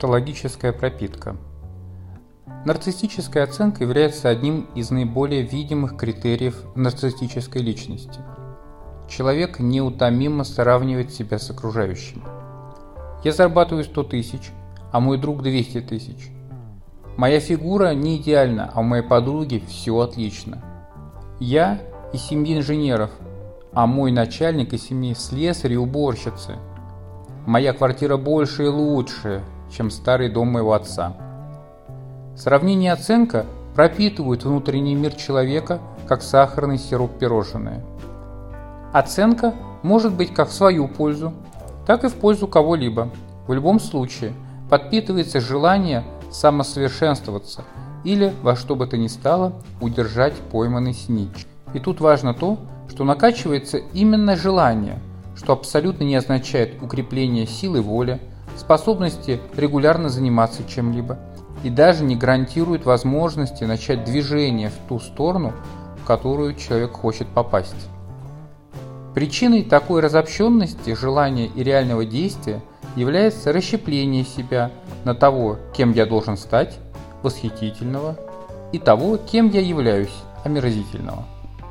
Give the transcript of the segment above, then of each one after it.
Тавтологическая пропитка. Нарциссическая оценка является одним из наиболее видимых критериев нарциссической личности. Человек неутомимо сравнивает себя с окружающими. Я зарабатываю 100 тысяч, а мой друг 200 тысяч. Моя фигура не идеальна, а у моей подруги все отлично. Я из семьи инженеров, а мой начальник из семьи слесаря и уборщицы. Моя квартира больше и лучше, чем старый дом моего отца. Сравнение и оценка пропитывают внутренний мир человека, как сахарный сироп пирожное. Оценка может быть как в свою пользу, так и в пользу кого-либо. В любом случае подпитывается желание самосовершенствоваться или во что бы то ни стало удержать пойманный снитч. И тут важно то, что накачивается именно желание, что абсолютно не означает укрепление силы воли, способности регулярно заниматься чем-либо и даже не гарантирует возможности начать движение в ту сторону, в которую человек хочет попасть. Причиной такой разобщенности желания и реального действия является расщепление себя на того, кем я должен стать, восхитительного, и того, кем я являюсь, омерзительного.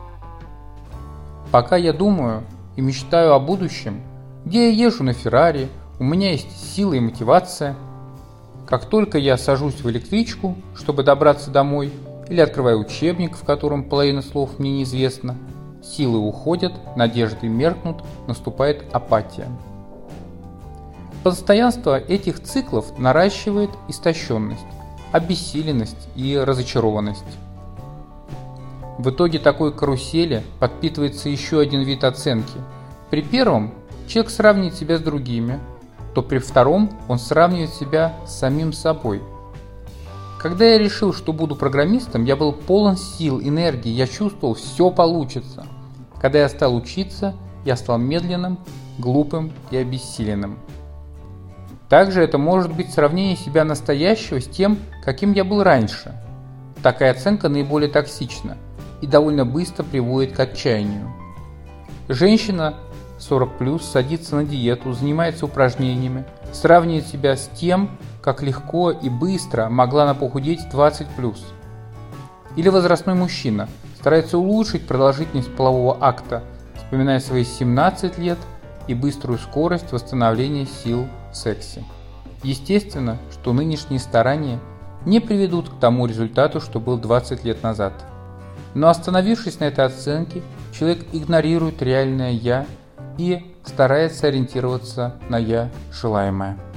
Пока я думаю и мечтаю о будущем, где я езжу на Феррари, у меня есть сила и мотивация. Как только я сажусь в электричку, чтобы добраться домой, или открываю учебник, в котором половина слов мне неизвестна, силы уходят, надежды меркнут, наступает апатия. Постоянство этих циклов наращивает истощенность, обессиленность и разочарованность. В итоге такой карусели подпитывается еще один вид оценки. При первом человек сравнивает себя с другими, то при втором он сравнивает себя с самим собой. Когда я решил, что буду программистом, я был полон сил, энергии, я чувствовал, все получится. Когда я стал учиться, я стал медленным, глупым и обессиленным. Также это может быть сравнение себя настоящего с тем, каким я был раньше. Такая оценка наиболее токсична и довольно быстро приводит к отчаянию. Женщина 40+, садится на диету, занимается упражнениями, сравнивает себя с тем, как легко и быстро могла она похудеть 20+. Или возрастной мужчина старается улучшить продолжительность полового акта, вспоминая свои 17 лет и быструю скорость восстановления сил в сексе. Естественно, что нынешние старания не приведут к тому результату, что был 20 лет назад. Но остановившись на этой оценке, человек игнорирует реальное «я» и старается ориентироваться на «я» желаемое.